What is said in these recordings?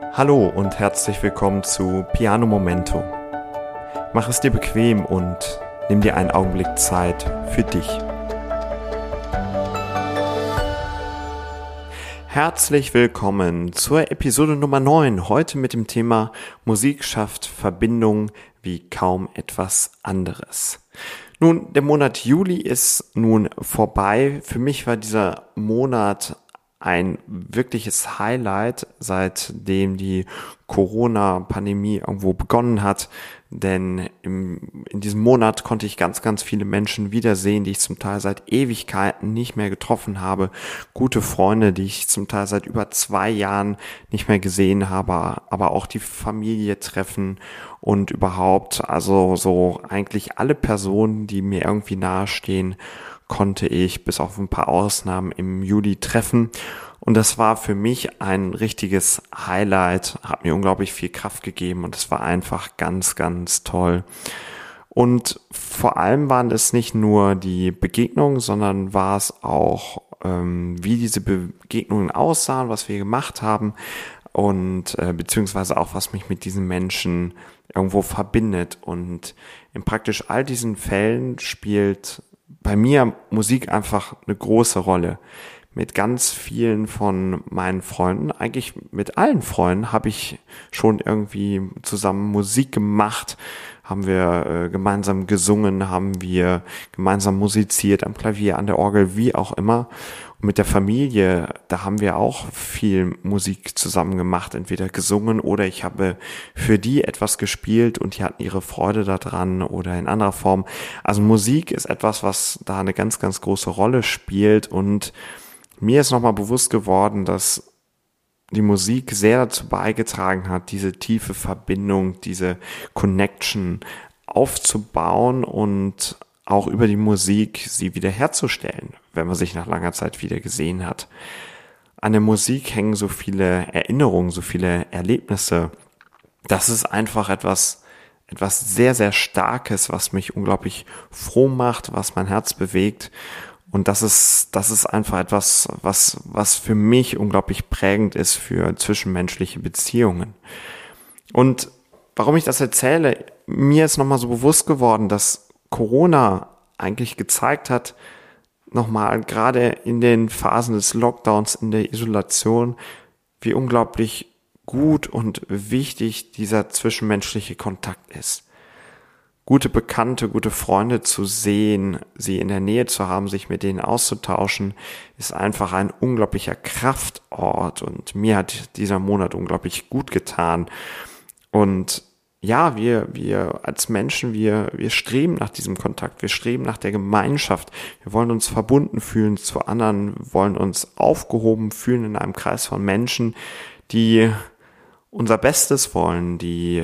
Hallo und herzlich willkommen zu Piano Momento. Mach es dir bequem und nimm dir einen Augenblick Zeit für dich. Herzlich willkommen zur Episode Nummer 9, heute mit dem Thema Musik schafft Verbindung wie kaum etwas anderes. Nun, der Monat Juli ist nun vorbei. Für mich war dieser Monat ein wirkliches Highlight, seitdem die Corona-Pandemie irgendwo begonnen hat, denn in diesem Monat konnte ich ganz, ganz viele Menschen wiedersehen, die ich zum Teil seit Ewigkeiten nicht mehr getroffen habe, gute Freunde, die ich zum Teil seit über 2 Jahren nicht mehr gesehen habe, aber auch die Familie treffen und überhaupt, also so eigentlich alle Personen, die mir irgendwie nahestehen, konnte ich bis auf ein paar Ausnahmen im Juli treffen. Und das war für mich ein richtiges Highlight, hat mir unglaublich viel Kraft gegeben und es war einfach ganz, ganz toll. Und vor allem waren es nicht nur die Begegnungen, sondern war es auch, wie diese Begegnungen aussahen, was wir gemacht haben und beziehungsweise auch, was mich mit diesen Menschen irgendwo verbindet. Und in praktisch all diesen Fällen spielt bei mir Musik einfach eine große Rolle. Mit ganz vielen von meinen Freunden, eigentlich mit allen Freunden, habe ich schon irgendwie zusammen Musik gemacht, haben wir gemeinsam gesungen, haben wir gemeinsam musiziert, am Klavier, an der Orgel, wie auch immer. Und mit der Familie, da haben wir auch viel Musik zusammen gemacht, entweder gesungen oder ich habe für die etwas gespielt und die hatten ihre Freude daran oder in anderer Form. Also Musik ist etwas, was da eine ganz, ganz große Rolle spielt und mir ist nochmal bewusst geworden, dass die Musik sehr dazu beigetragen hat, diese tiefe Verbindung, diese Connection aufzubauen und auch über die Musik sie wiederherzustellen, wenn man sich nach langer Zeit wieder gesehen hat. An der Musik hängen so viele Erinnerungen, so viele Erlebnisse. Das ist einfach etwas sehr, sehr Starkes, was mich unglaublich froh macht, was mein Herz bewegt. Und das ist einfach etwas, was für mich unglaublich prägend ist für zwischenmenschliche Beziehungen. Und warum ich das erzähle, mir ist nochmal so bewusst geworden, dass Corona eigentlich gezeigt hat, nochmal gerade in den Phasen des Lockdowns, in der Isolation, wie unglaublich gut und wichtig dieser zwischenmenschliche Kontakt ist. Gute Bekannte, gute Freunde zu sehen, sie in der Nähe zu haben, sich mit denen auszutauschen, ist einfach ein unglaublicher Kraftort und mir hat dieser Monat unglaublich gut getan. Und ja, wir als Menschen, wir streben nach diesem Kontakt, wir streben nach der Gemeinschaft, wir wollen uns verbunden fühlen zu anderen, wollen uns aufgehoben fühlen in einem Kreis von Menschen, die unser Bestes wollen, die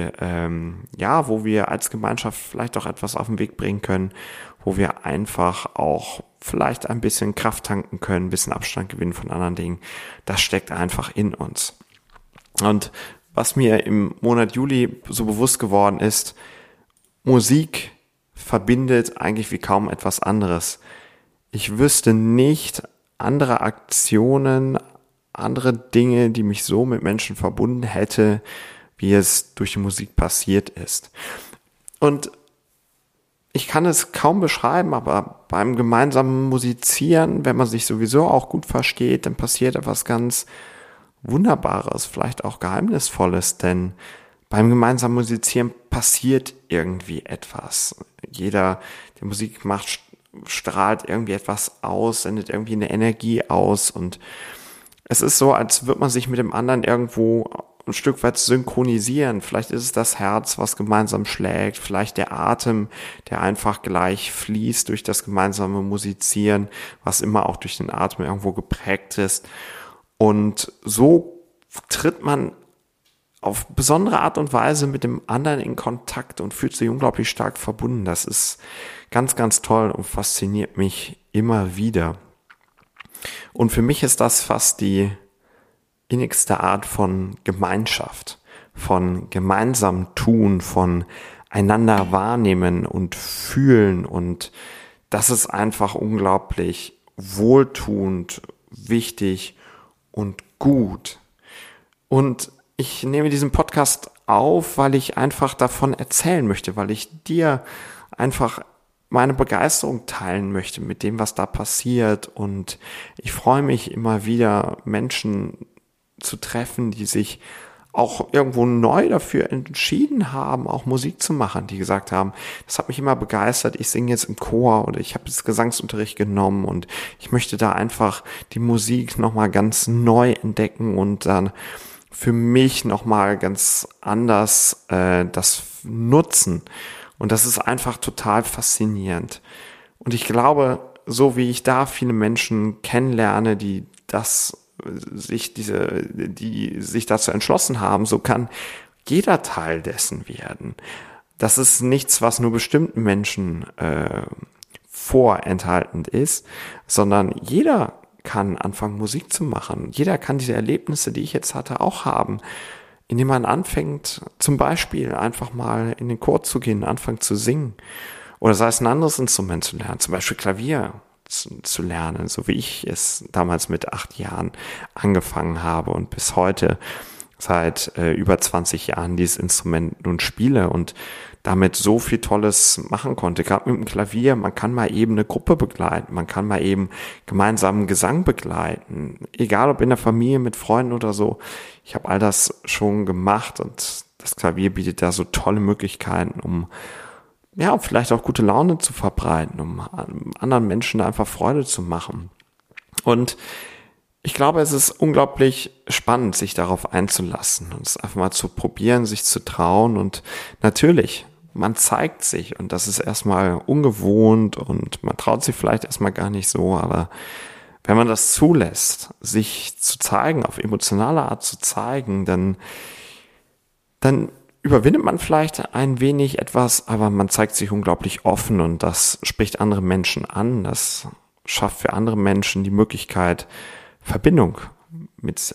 wo wir als Gemeinschaft vielleicht auch etwas auf den Weg bringen können, wo wir einfach auch vielleicht ein bisschen Kraft tanken können, ein bisschen Abstand gewinnen von anderen Dingen. Das steckt einfach in uns. Und was mir im Monat Juli so bewusst geworden ist, Musik verbindet eigentlich wie kaum etwas anderes. Ich wüsste nicht andere Aktionen, andere Dinge, die mich so mit Menschen verbunden hätte, wie es durch die Musik passiert ist. Und ich kann es kaum beschreiben, aber beim gemeinsamen Musizieren, wenn man sich sowieso auch gut versteht, dann passiert etwas ganz Wunderbares, vielleicht auch Geheimnisvolles, denn beim gemeinsamen Musizieren passiert irgendwie etwas. Jeder, der Musik macht, strahlt irgendwie etwas aus, sendet irgendwie eine Energie aus und es ist so, als würde man sich mit dem anderen irgendwo ein Stück weit synchronisieren. Vielleicht ist es das Herz, was gemeinsam schlägt, vielleicht der Atem, der einfach gleich fließt durch das gemeinsame Musizieren, was immer auch durch den Atem irgendwo geprägt ist. Und so tritt man auf besondere Art und Weise mit dem anderen in Kontakt und fühlt sich unglaublich stark verbunden. Das ist ganz, ganz toll und fasziniert mich immer wieder. Und für mich ist das fast die innigste Art von Gemeinschaft, von gemeinsam tun, von einander wahrnehmen und fühlen. Und das ist einfach unglaublich wohltuend, wichtig und gut. Und ich nehme diesen Podcast auf, weil ich einfach davon erzählen möchte, weil ich dir einfach meine Begeisterung teilen möchte mit dem, was da passiert. Und ich freue mich immer wieder, Menschen zu treffen, die sich auch irgendwo neu dafür entschieden haben, auch Musik zu machen, die gesagt haben, das hat mich immer begeistert, ich singe jetzt im Chor oder ich habe jetzt Gesangsunterricht genommen und ich möchte da einfach die Musik nochmal ganz neu entdecken und dann für mich nochmal ganz anders das nutzen. Und das ist einfach total faszinierend. Und ich glaube, so wie ich da viele Menschen kennenlerne, die sich dazu entschlossen haben, so kann jeder Teil dessen werden. Das ist nichts, was nur bestimmten Menschen vorenthalten ist, sondern jeder kann anfangen, Musik zu machen. Jeder kann diese Erlebnisse, die ich jetzt hatte, auch haben, indem man anfängt, zum Beispiel einfach mal in den Chor zu gehen, anfangen zu singen. Oder sei es ein anderes Instrument zu lernen, zum Beispiel Klavier zu lernen, so wie ich es damals mit 8 Jahren angefangen habe und bis heute seit über 20 Jahren dieses Instrument nun spiele und damit so viel Tolles machen konnte. Gerade mit dem Klavier, man kann mal eben eine Gruppe begleiten, man kann mal eben gemeinsamen Gesang begleiten, egal ob in der Familie, mit Freunden oder so. Ich habe all das schon gemacht und das Klavier bietet da so tolle Möglichkeiten, um vielleicht auch gute Laune zu verbreiten, um anderen Menschen einfach Freude zu machen. Und ich glaube, es ist unglaublich spannend, sich darauf einzulassen und es einfach mal zu probieren, sich zu trauen. Und natürlich, man zeigt sich und das ist erstmal ungewohnt und man traut sich vielleicht erstmal gar nicht so, aber wenn man das zulässt, sich zu zeigen, auf emotionale Art zu zeigen, dann überwindet man vielleicht ein wenig etwas, aber man zeigt sich unglaublich offen und das spricht andere Menschen an. Das schafft für andere Menschen die Möglichkeit, Verbindung mit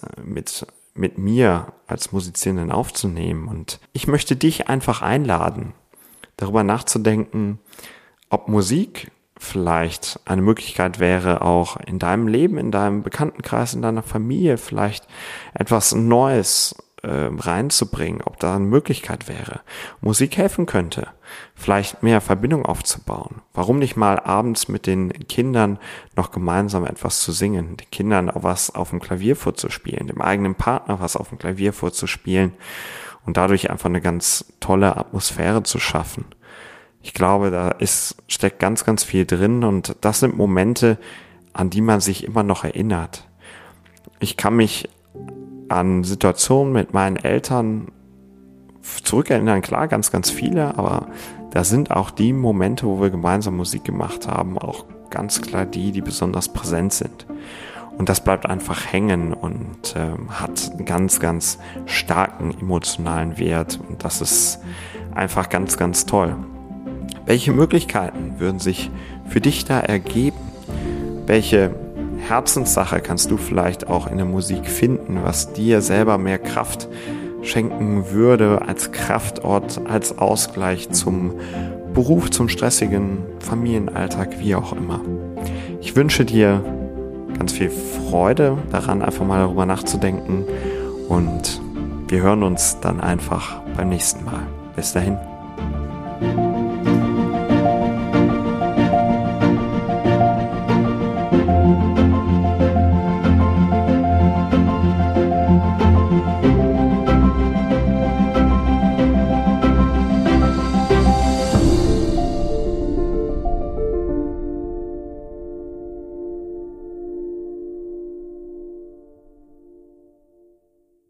mir als Musizierin aufzunehmen. Und ich möchte dich einfach einladen, darüber nachzudenken, ob Musik vielleicht eine Möglichkeit wäre, auch in deinem Leben, in deinem Bekanntenkreis, in deiner Familie vielleicht etwas Neues reinzubringen, ob da eine Möglichkeit wäre. Musik helfen könnte, vielleicht mehr Verbindung aufzubauen. Warum nicht mal abends mit den Kindern noch gemeinsam etwas zu singen, den Kindern auch was auf dem Klavier vorzuspielen, dem eigenen Partner was auf dem Klavier vorzuspielen und dadurch einfach eine ganz tolle Atmosphäre zu schaffen. Ich glaube, da steckt ganz, ganz viel drin und das sind Momente, an die man sich immer noch erinnert. Ich kann mich an Situationen mit meinen Eltern zurückerinnern, klar, ganz, ganz viele, aber da sind auch die Momente, wo wir gemeinsam Musik gemacht haben, auch ganz klar die besonders präsent sind. Und das bleibt einfach hängen und hat einen ganz, ganz starken emotionalen Wert und das ist einfach ganz, ganz toll. Welche Möglichkeiten würden sich für dich da ergeben? Welche Herzenssache kannst du vielleicht auch in der Musik finden, was dir selber mehr Kraft schenken würde, als Kraftort, als Ausgleich zum Beruf, zum stressigen Familienalltag, wie auch immer. Ich wünsche dir ganz viel Freude daran, einfach mal darüber nachzudenken und wir hören uns dann einfach beim nächsten Mal. Bis dahin.